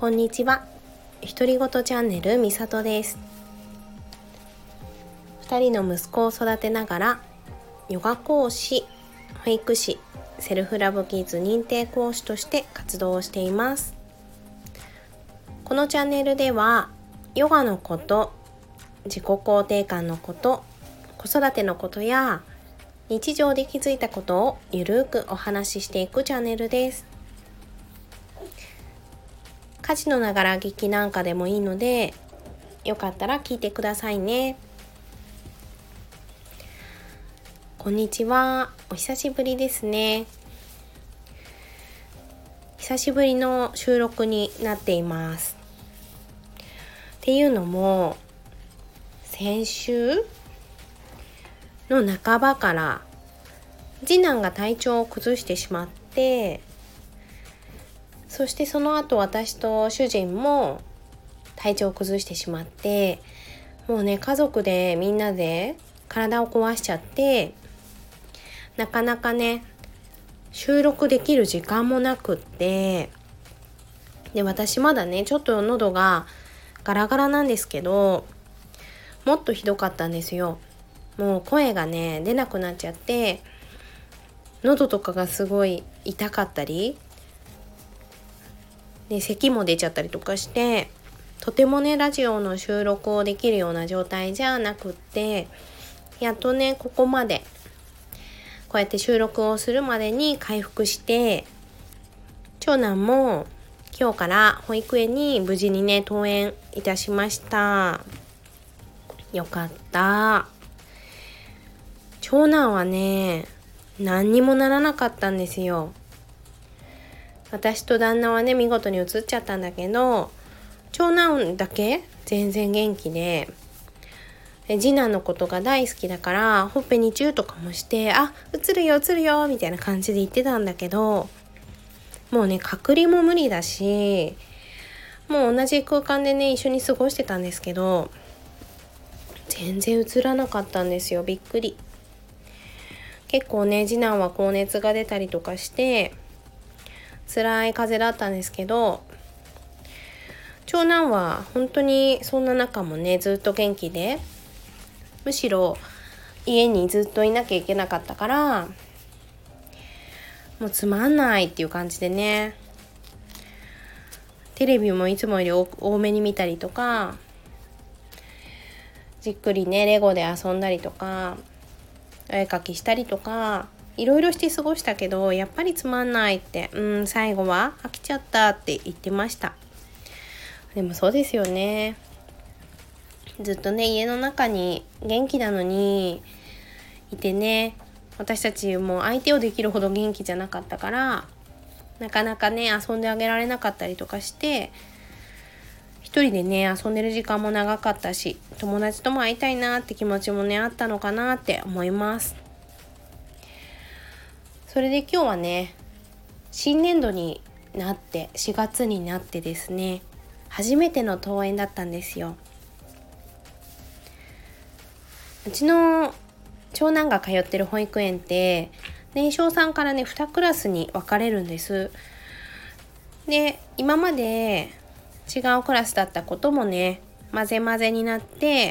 こんにちは。独り言チャンネルみさとです。2人の息子を育てながらヨガ講師、保育士、セルフラブキッズ認定講師として活動をしています。このチャンネルではヨガのこと、自己肯定感のこと、子育てのことや日常で気づいたことをゆるくお話ししていくチャンネルです。家事のながら聞きなんかでもいいので、よかったら聞いてくださいね。こんにちは。お久しぶりですね。久しぶりの収録になっています。っていうのも、先週の半ばから次男が体調を崩してしまって、そしてその後私と主人も体調を崩してしまって、もうね、家族でみんなで体を壊しちゃって、なかなかね収録できる時間もなくって、で私まだねちょっと喉がガラガラなんですけど、もっとひどかったんですよ。もう声がね出なくなっちゃって、喉とかがすごい痛かったりで、咳も出ちゃったりとかして、とてもねラジオの収録をできるような状態じゃなくって、やっとねここまでこうやって収録をするまでに回復して、長男も今日から保育園に無事にね登園いたしました。よかった。長男はね何にもならなかったんですよ。私と旦那はね見事に移っちゃったんだけど、長男だけ全然元気で、次男のことが大好きだからほっぺにチューとかもして、映るよみたいな感じで言ってたんだけど、もうね隔離も無理だし、もう同じ空間でね一緒に過ごしてたんですけど、全然映らなかったんですよ。びっくり。結構ね次男は高熱が出たりとかして辛い風邪だったんですけど、長男は本当にそんな中もねずっと元気で、むしろ家にずっといなきゃいけなかったから、もうつまんないっていう感じでね、テレビもいつもより多めに見たりとか、じっくりねレゴで遊んだりとか、お絵描きしたりとか、いろいろして過ごしたけど、やっぱりつまんないって、最後は飽きちゃったって言ってました。でもそうですよね。ずっとね家の中に元気なのにいてね、私たちも相手をできるほど元気じゃなかったから、なかなかね遊んであげられなかったりとかして、一人でね遊んでる時間も長かったし、友達とも会いたいなって気持ちもねあったのかなって思います。それで今日はね新年度になって4月になってですね、初めての登園だったんですよ。うちの長男が通ってる保育園って年少さんからね2クラスに分かれるんです。で今まで違うクラスだったこともね混ぜ混ぜになって、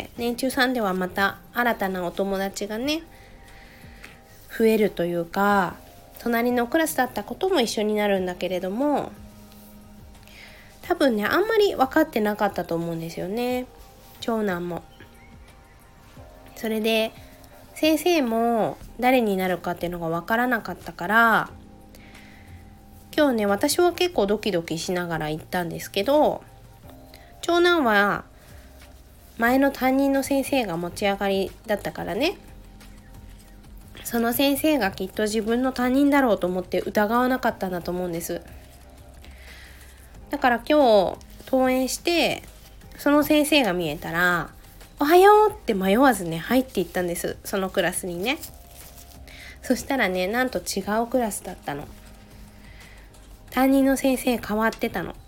年中さんではまた新たなお友達がね増えるというか、隣のクラスだったことも一緒になるんだけれども、多分ねあんまり分かってなかったと思うんですよね、長男も。それで先生も誰になるかっていうのが分からなかったから、今日ね私は結構ドキドキしながら行ったんですけど、長男は前の担任の先生が持ち上がりだったからね、その先生がきっと自分の担任だろうと思って疑わなかったんだと思うんです。だから今日登園してその先生が見えたら、おはようって迷わずね入っていったんです、そのクラスにね。そしたらねなんと違うクラスだったの。担任の先生変わってたの。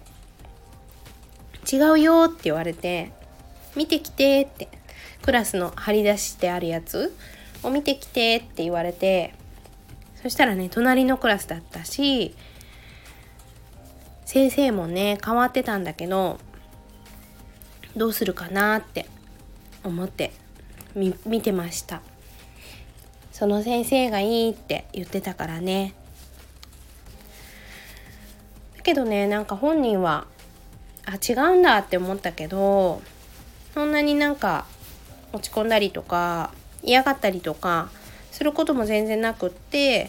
違うよって言われて、見てきてって、クラスの張り出してあるやつを見てきてって言われて、そしたらね隣のクラスだったし、 先生もね変わってたんだけど、どうするかなって思って見てました。その先生がいいって言ってたからね。だけどね、なんか本人は違うんだって思ったけど、そんなになんか落ち込んだりとか嫌がったりとかすることも全然なくって、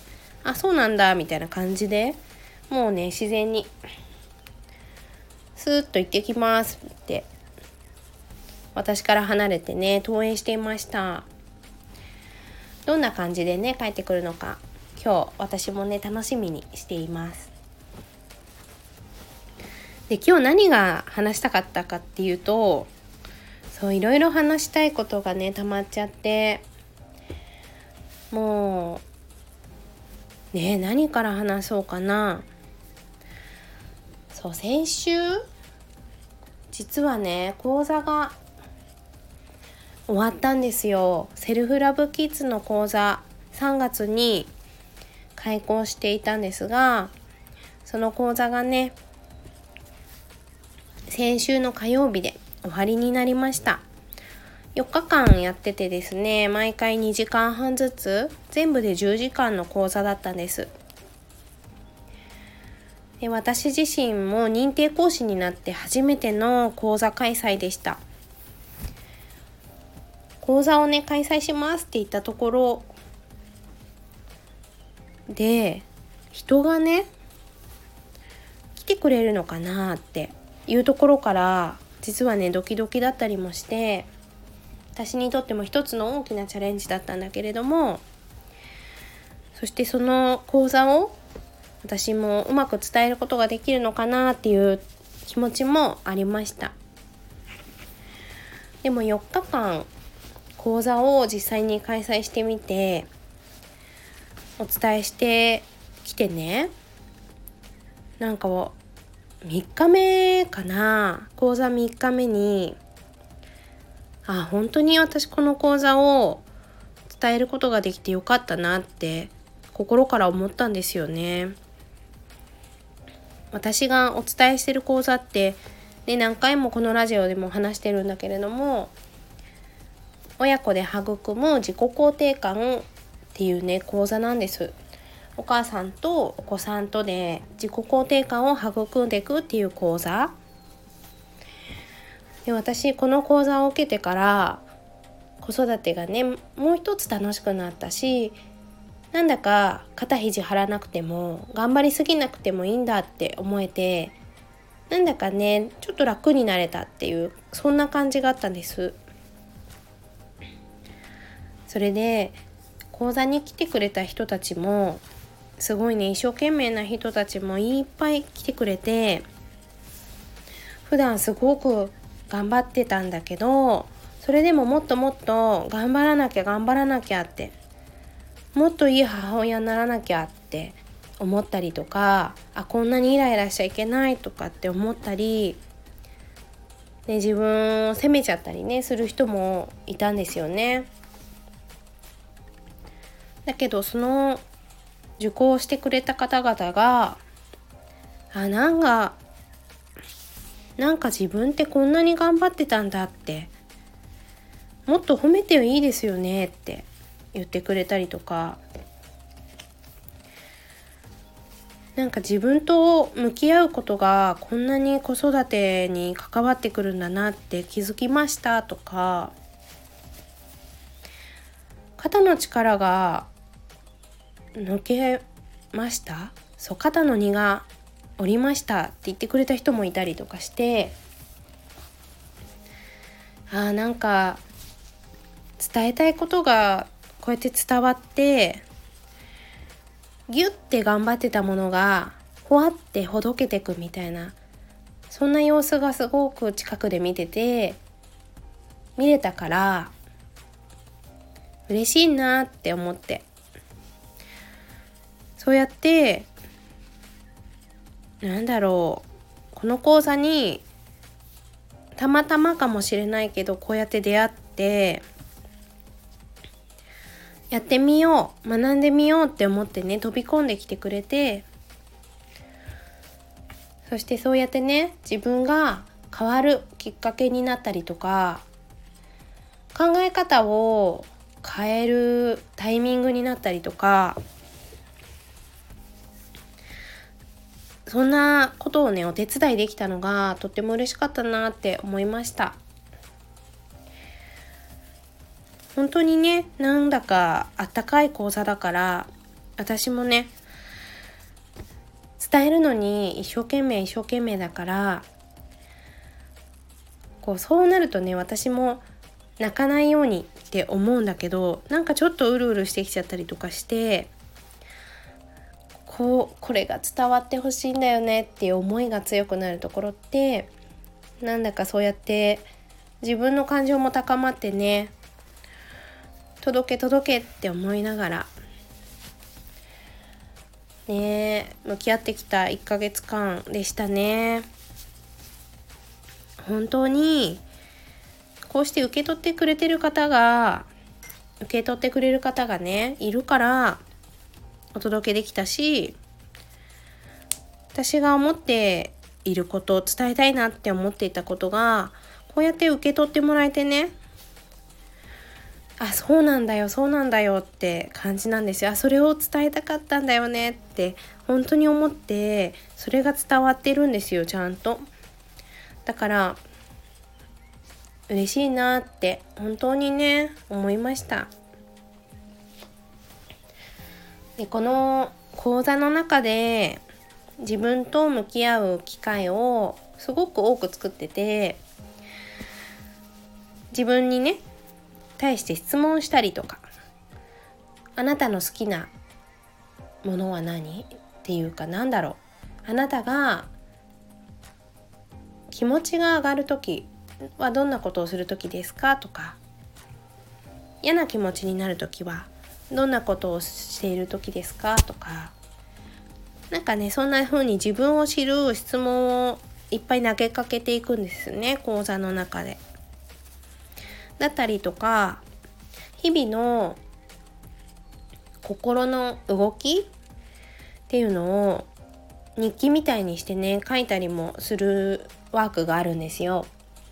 そうなんだみたいな感じで、もうね自然にスーッと行ってきますって私から離れてね登園していました。どんな感じでね帰ってくるのか、今日私もね楽しみにしています。で、今日何が話したかったかっていうと、いろいろ話したいことがね溜まっちゃって、もうね何から話そうかな。先週実はね講座が終わったんですよ。セルフラブキッズの講座3月に開講していたんですが、その講座がね先週の火曜日で終わりになりました。4日間やっててですね、毎回2時間半ずつ全部で10時間の講座だったんです。で、私自身も認定講師になって初めての講座開催でした。講座をね開催しますって言ったところで、人がね来てくれるのかなっていうところから実はねドキドキだったりもして、私にとっても一つの大きなチャレンジだったんだけれども、そしてその講座を私もうまく伝えることができるのかなっていう気持ちもありました。でも4日間講座を実際に開催してみてお伝えしてきてね、なんか3日目かな、講座3日目に本当に私この講座を伝えることができてよかったなって心から思ったんですよね。私がお伝えしてる講座ってね、何回もこのラジオでも話してるんだけれども、親子で育む自己肯定感っていうね講座なんです。お母さんとお子さんとで自己肯定感を育んでいくっていう講座で、私この講座を受けてから子育てがねもう一つ楽しくなったし、なんだか肩肘張らなくても頑張りすぎなくてもいいんだって思えて、なんだかねちょっと楽になれたっていう、そんな感じがあったんです。それで講座に来てくれた人たちもすごいね、一生懸命な人たちもいっぱい来てくれて、普段すごく頑張ってたんだけど、それでももっともっと頑張らなきゃって、もっといい母親にならなきゃって思ったりとか、こんなにイライラしちゃいけないとかって思ったり、ね、自分を責めちゃったりねする人もいたんですよね。だけどその受講してくれた方々がなんか自分ってこんなに頑張ってたんだって、もっと褒めてよいいですよねって言ってくれたりとか、なんか自分と向き合うことがこんなに子育てに関わってくるんだなって気づきましたとか、肩の力が抜けました、肩の荷が下りましたって言ってくれた人もいたりとかして、なんか伝えたいことがこうやって伝わって、ギュッて頑張ってたものがほわってほどけてくみたいな、そんな様子がすごく近くで見れたから嬉しいなって思って、そうやってこの講座にたまたまかもしれないけどこうやって出会ってやってみよう、学んでみようって思ってね飛び込んできてくれて、 そしてそうやってね、自分が変わるきっかけになったりとか、考え方を変えるタイミングになったりとか、そんなことをねお手伝いできたのがとっても嬉しかったなって思いました。本当にね、なんだかあったかい講座だから、私もね伝えるのに一生懸命だから、そうなるとね、私も泣かないようにって思うんだけど、なんかちょっとうるうるしてきちゃったりとかして、これが伝わってほしいんだよねっていう思いが強くなるところって、なんだかそうやって自分の感情も高まってね、届けって思いながらね向き合ってきた1ヶ月間でしたね。本当にこうして受け取ってくれる方がねいるからお届けできたし、私が思っていることを伝えたいなって思っていたことがこうやって受け取ってもらえてね、そうなんだよって感じなんですよ。それを伝えたかったんだよねって本当に思って、それが伝わってるんですよ、ちゃんと。だから嬉しいなって本当にね思いました。で、この講座の中で自分と向き合う機会をすごく多く作ってて、自分にね対して質問したりとか、あなたの好きなものは何っていうか、あなたが気持ちが上がるときはどんなことをするときですかとか、嫌な気持ちになるときはどんなことをしているときですかとか、なんかね、そんな風に自分を知る質問をいっぱい投げかけていくんですね、講座の中で。だったりとか、日々の心の動きっていうのを日記みたいにしてね書いたりもするワークがあるんですよ。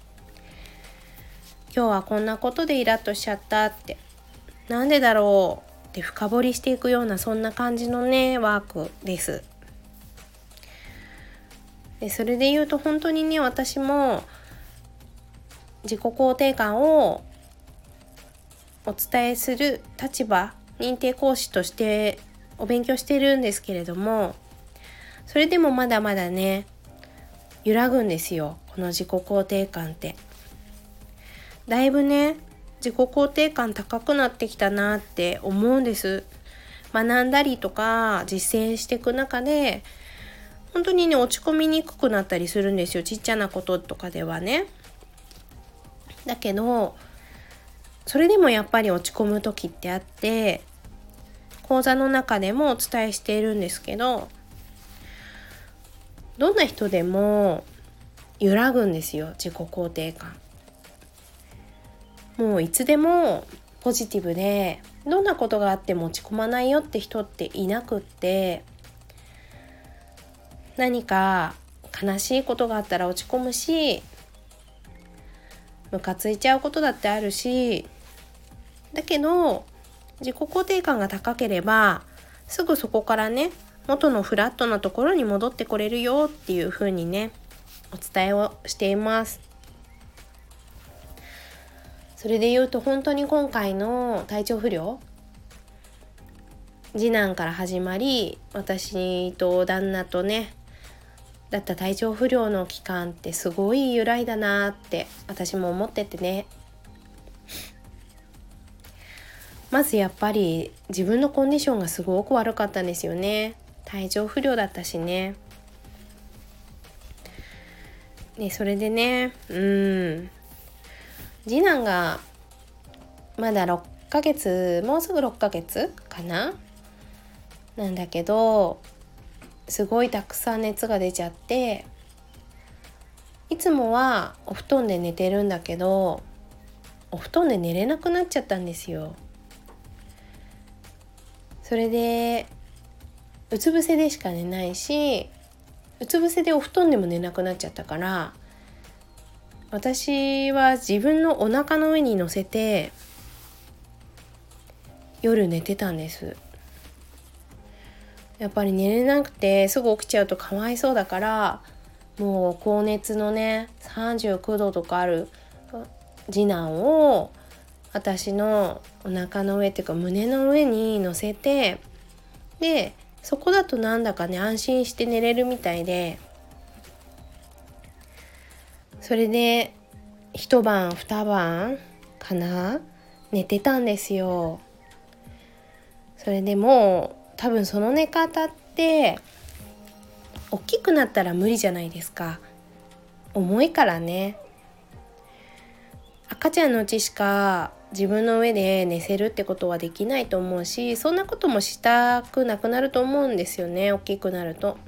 今日はこんなことでイラッとしちゃったって、なんでだろうって深掘りしていくような、そんな感じのねワークです。で、それで言うと本当にね、私も自己肯定感をお伝えする立場、認定講師としてお勉強してるんですけれども、それでもまだまだね揺らぐんですよ、この自己肯定感って。だいぶね自己肯定感高くなってきたなって思うんです。学んだりとか実践していく中で本当にね落ち込みにくくなったりするんですよ、ちっちゃなこととかではね。だけどそれでもやっぱり落ち込む時ってあって、講座の中でもお伝えしているんですけど、どんな人でも揺らぐんですよ、自己肯定感。もういつでもポジティブで、どんなことがあっても落ち込まないよって人っていなくって、何か悲しいことがあったら落ち込むし、ムカついちゃうことだってあるし、だけど自己肯定感が高ければすぐそこからね元のフラットなところに戻ってこれるよっていう風にねお伝えをしています。それで言うと本当に今回の体調不良、次男から始まり、私と旦那とねだった体調不良の期間ってすごい揺らいだなって私も思っててね。まずやっぱり自分のコンディションがすごく悪かったんですよね。体調不良だったしね。で、それでね、次男がまだ6ヶ月、もうすぐ6ヶ月かななんだけど、すごいたくさん熱が出ちゃって、いつもはお布団で寝てるんだけど、お布団で寝れなくなっちゃったんですよ。それでうつ伏せでしか寝ないし、 うつ伏せでお布団でも寝なくなっちゃったから、私は自分のお腹の上に乗せて夜寝てたんです。やっぱり寝れなくてすぐ起きちゃうとかわいそうだから、もう高熱のね39度とかある次男を私のお腹の上っていうか胸の上に乗せて、でそこだとなんだかね安心して寝れるみたいで、それで一晩二晩かな寝てたんですよ。それでもう多分その寝方って大きくなったら無理じゃないですか。重いからね。赤ちゃんのうちしか自分の上で寝せるってことはできないと思うし、そんなこともしたくなくなると思うんですよね、大きくなると。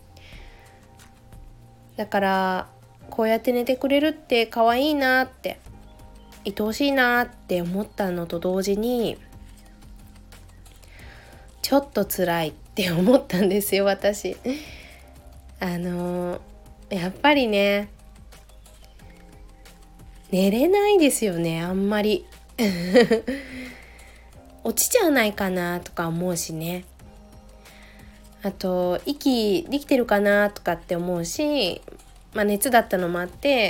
だからこうやって寝てくれるって可愛いなって、愛おしいなって思ったのと同時に、ちょっと辛いって思ったんですよ、私。やっぱりね寝れないですよね、あんまり落ちちゃわないかなとか思うしね。あと息できてるかなとかって思うし、熱だったのもあって、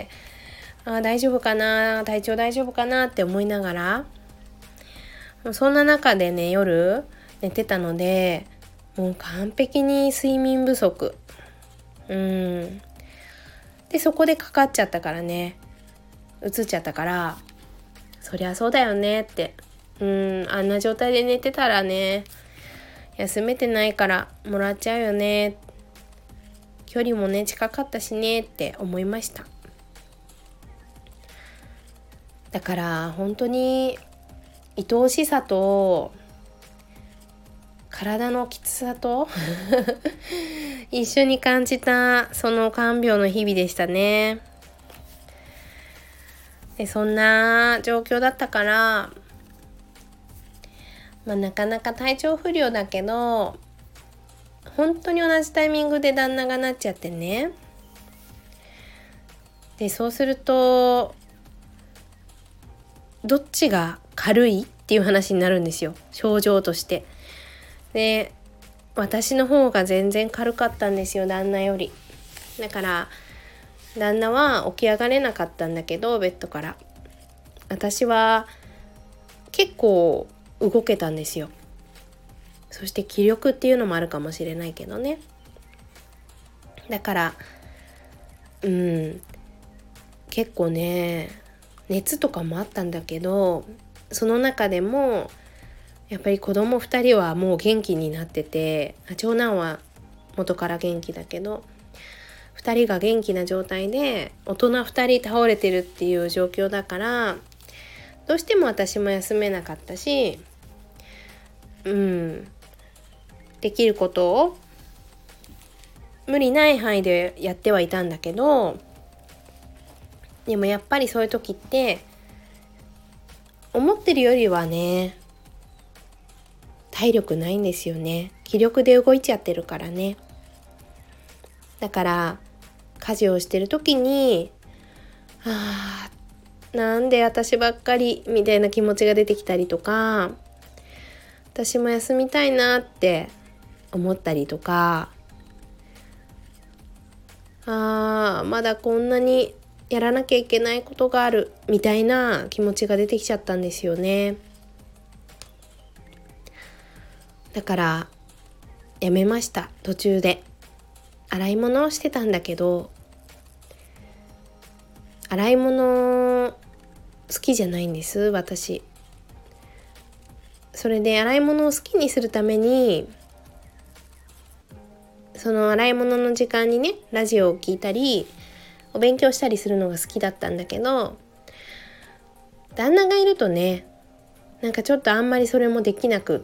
大丈夫かな、体調大丈夫かなって思いながら、そんな中でね夜寝てたので、もう完璧に睡眠不足。でそこでかかっちゃったからね、うつっちゃったから、そりゃそうだよねって、あんな状態で寝てたらね休めてないからもらっちゃうよね、距離もね近かったしねって思いました。だから本当に愛おしさと体のきつさと一緒に感じたその看病の日々でしたね。でそんな状況だったから、なかなか体調不良だけど、本当に同じタイミングで旦那がなっちゃってね。でそうするとどっちが軽いっていう話になるんですよ、症状として。で私の方が全然軽かったんですよ、旦那より。だから旦那は起き上がれなかったんだけどベッドから、私は結構動けたんですよ。そして気力っていうのもあるかもしれないけどね。だから結構ね熱とかもあったんだけど、その中でもやっぱり子供2人はもう元気になってて、長男は元から元気だけど2人が元気な状態で、大人2人倒れてるっていう状況だから、どうしても私も休めなかったし、できることを無理ない範囲でやってはいたんだけど、でもやっぱりそういう時って思ってるよりはね体力ないんですよね。気力で動いちゃってるからね。だから家事をしてる時になんで私ばっかりみたいな気持ちが出てきたりとか、私も休みたいなって思ったりとか、まだこんなにやらなきゃいけないことがあるみたいな気持ちが出てきちゃったんですよね。だからやめました。途中で洗い物をしてたんだけど、洗い物好きじゃないんです、私。それで洗い物を好きにするために、その洗い物の時間にねラジオを聞いたりお勉強したりするのが好きだったんだけど、旦那がいるとねなんかちょっとあんまりそれもできなくって、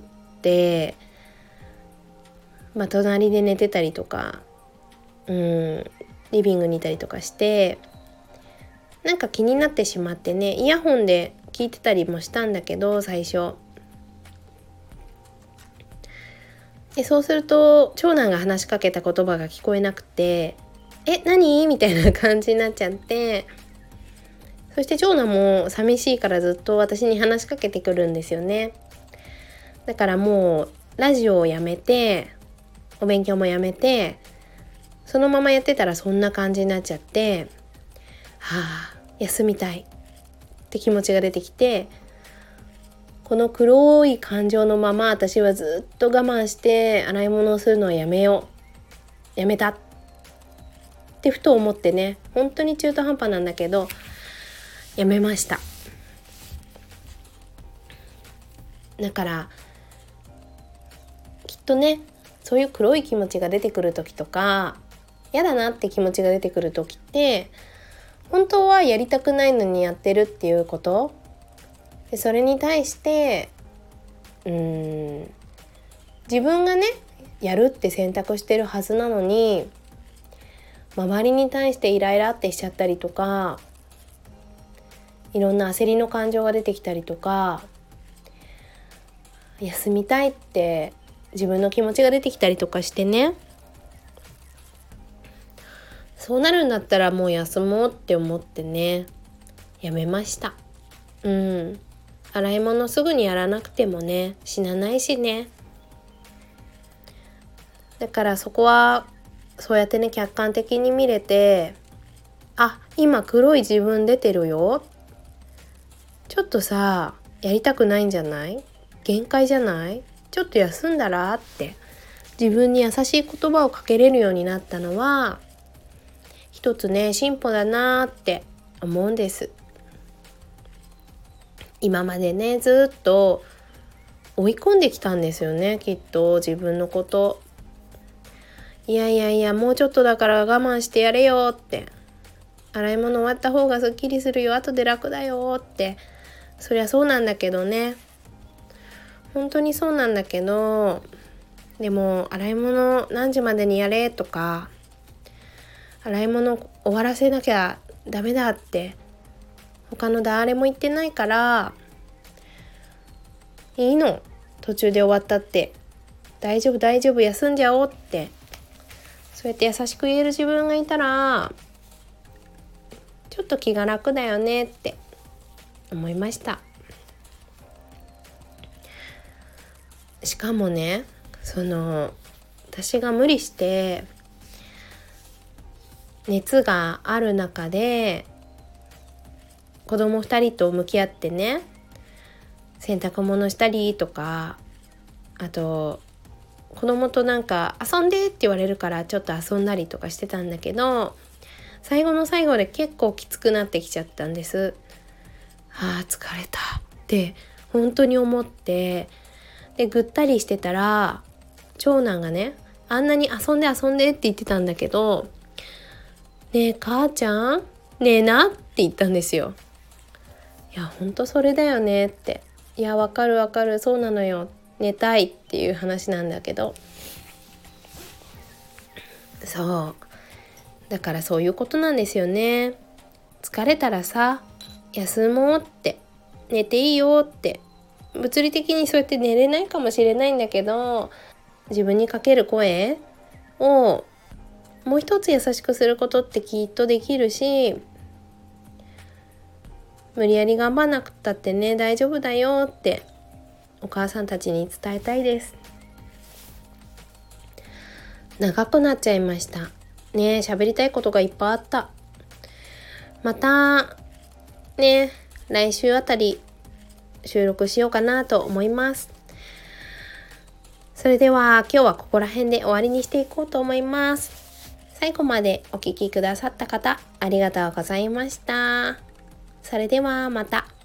隣で寝てたりとかリビングにいたりとかして、なんか気になってしまってね、イヤホンで聞いてたりもしたんだけど最初でそうすると長男が話しかけた言葉が聞こえなくて何みたいな感じになっちゃって、そして長男も寂しいからずっと私に話しかけてくるんですよね。だからもうラジオをやめてお勉強もやめてそのままやってたらそんな感じになっちゃって、休みたいって気持ちが出てきて、この黒い感情のまま私はずっと我慢して洗い物をするのはやめたってふと思ってね、本当に中途半端なんだけどやめました。だからきっとね、そういう黒い気持ちが出てくる時とか嫌だなって気持ちが出てくる時って本当はやりたくないのにやってるっていうことで、それに対して自分がねやるって選択してるはずなのに周りに対してイライラってしちゃったりとか、いろんな焦りの感情が出てきたりとか、休みたいって自分の気持ちが出てきたりとかしてね、そうなるんだったらもう休もうって思ってねやめました。洗い物すぐにやらなくてもね死なないしね。だからそこはそうやってね客観的に見れて、今黒い自分出てるよ、ちょっとさやりたくないんじゃない、限界じゃない、ちょっと休んだらって自分に優しい言葉をかけれるようになったのは一つね進歩だなって思うんです。今までねずっと追い込んできたんですよね、きっと自分のこと。いやもうちょっとだから我慢してやれよって、洗い物終わった方がすっきりするよ、後で楽だよって、そりゃそうなんだけどね、本当にそうなんだけど、でも洗い物何時までにやれとか、洗い物終わらせなきゃダメだって他の誰も言ってないから、いいの途中で終わったって、大丈夫休んじゃおうって、そうやって優しく言える自分がいたらちょっと気が楽だよねって思いました。しかもね、私が無理して熱がある中で子供2人と向き合ってね、洗濯物したりとか、あと子供となんか遊んでって言われるからちょっと遊んだりとかしてたんだけど、最後の最後で結構きつくなってきちゃったんです。疲れたって本当に思って、でぐったりしてたら長男がね、あんなに遊んでって言ってたんだけど、ねえ母ちゃんねえなって言ったんですよ。いや本当それだよねって、いやわかるそうなのよ、寝たいっていう話なんだけど、そうだからそういうことなんですよね。疲れたらさ休もうって、寝ていいよって、物理的にそうやって寝れないかもしれないんだけど、自分にかける声をもう一つ優しくすることってきっとできるし、無理やり頑張んなくったってね大丈夫だよってお母さんたちに伝えたいです。長くなっちゃいましたね。喋りたいことがいっぱいあった。またね来週あたり収録しようかなと思います。それでは今日はここら辺で終わりにしていこうと思います。最後までお聞きくださった方ありがとうございました。それではまた。